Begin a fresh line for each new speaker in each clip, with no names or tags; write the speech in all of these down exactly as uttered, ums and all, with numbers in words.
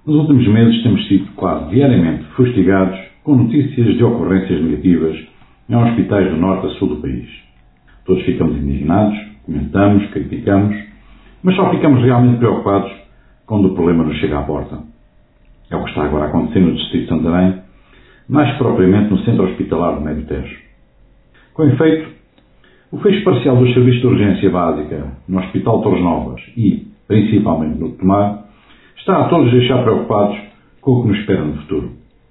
Nos últimos meses temos sido quase diariamente fustigados com notícias de ocorrências negativas em hospitais do norte a sul do país. Todos ficamos indignados, comentamos, criticamos, mas só ficamos realmente preocupados quando o problema nos chega à porta. É o que está agora acontecendo no distrito de Santarém, mais propriamente no centro hospitalar de Médio Tejo. Com efeito, o fecho parcial dos serviços de urgência básica no Hospital Torres Novas e, principalmente no Tomar, está a todos deixar preocupados com o que nos espera no futuro.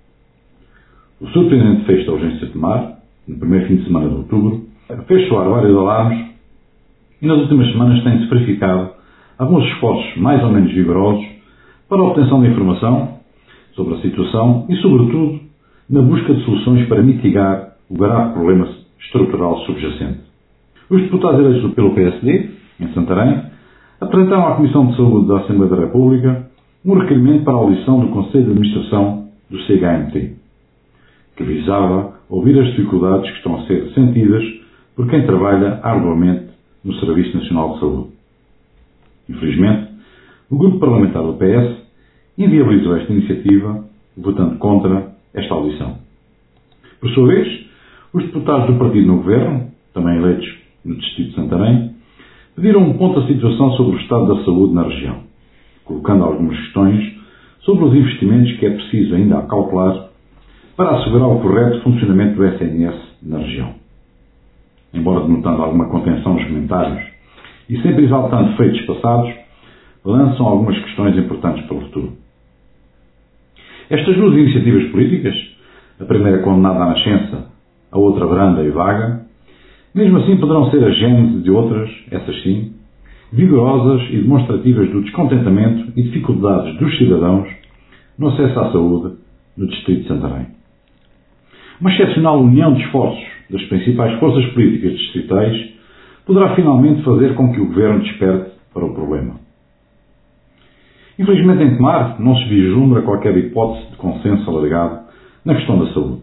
O surpreendente fecho da urgência de Tomar, no primeiro fim de semana de outubro, fez soar vários alarmes e nas últimas semanas tem-se verificado alguns esforços mais ou menos vigorosos para a obtenção de informação sobre a situação e, sobretudo, na busca de soluções para mitigar o grave problema estrutural subjacente. Os deputados eleitos pelo P S D, em Santarém, apresentaram à Comissão de Saúde da Assembleia da República um requerimento para a audição do Conselho de Administração do C H M T, que visava ouvir as dificuldades que estão a ser sentidas por quem trabalha arduamente no Serviço Nacional de Saúde. Infelizmente, o grupo parlamentar do P S inviabilizou esta iniciativa, votando contra esta audição. Por sua vez, os deputados do partido no governo, também eleitos no distrito de Santarém, pediram um ponto da situação sobre o estado da saúde na região, colocando algumas questões sobre os investimentos que é preciso ainda acautelar para assegurar o correto funcionamento do S N S na região. Embora denotando alguma contenção nos comentários e sempre exaltando feitos passados, lançam algumas questões importantes para o futuro. Estas duas iniciativas políticas, a primeira condenada à nascença, a outra branda e vaga, mesmo assim poderão ser a gênese de outras, essas sim, vigorosas e demonstrativas do descontentamento e dificuldades dos cidadãos no acesso à saúde no distrito de Santarém. Uma excepcional união de esforços das principais forças políticas distritais poderá finalmente fazer com que o Governo desperte para o problema. Infelizmente, em Tomar, não se vislumbra qualquer hipótese de consenso alargado na questão da saúde.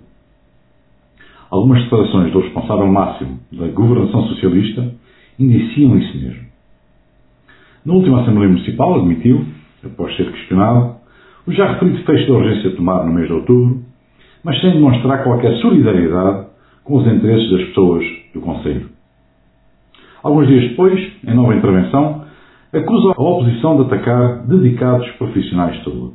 Algumas declarações do responsável máximo da governação socialista indiciam isso mesmo. Na última Assembleia Municipal admitiu, após ser questionado, o já referido fecho da urgência de Tomar no mês de outubro, mas sem demonstrar qualquer solidariedade com os interesses das pessoas do concelho. Alguns dias depois, em nova intervenção, acusa a oposição de atacar dedicados profissionais de saúde.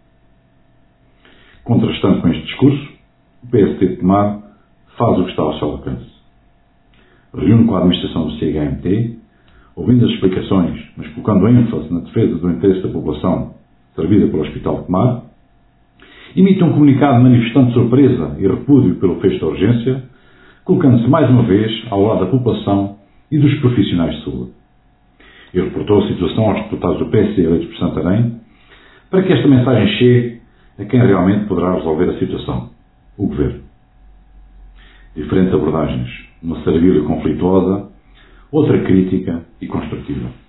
Contrastando com este discurso, o P S D de Tomar faz o que está ao seu alcance. Reúne com a administração do C H M T, ouvindo as explicações, mas colocando ênfase na defesa do interesse da população servida pelo Hospital de Tomar, emite um comunicado manifestando surpresa e repúdio pelo fecho da urgência, colocando-se mais uma vez ao lado da população e dos profissionais de saúde. E reportou a situação aos deputados do P S D eleitos por Santarém, para que esta mensagem chegue a quem realmente poderá resolver a situação, o Governo. Diferentes abordagens, uma servila conflituosa, outra crítica e construtiva.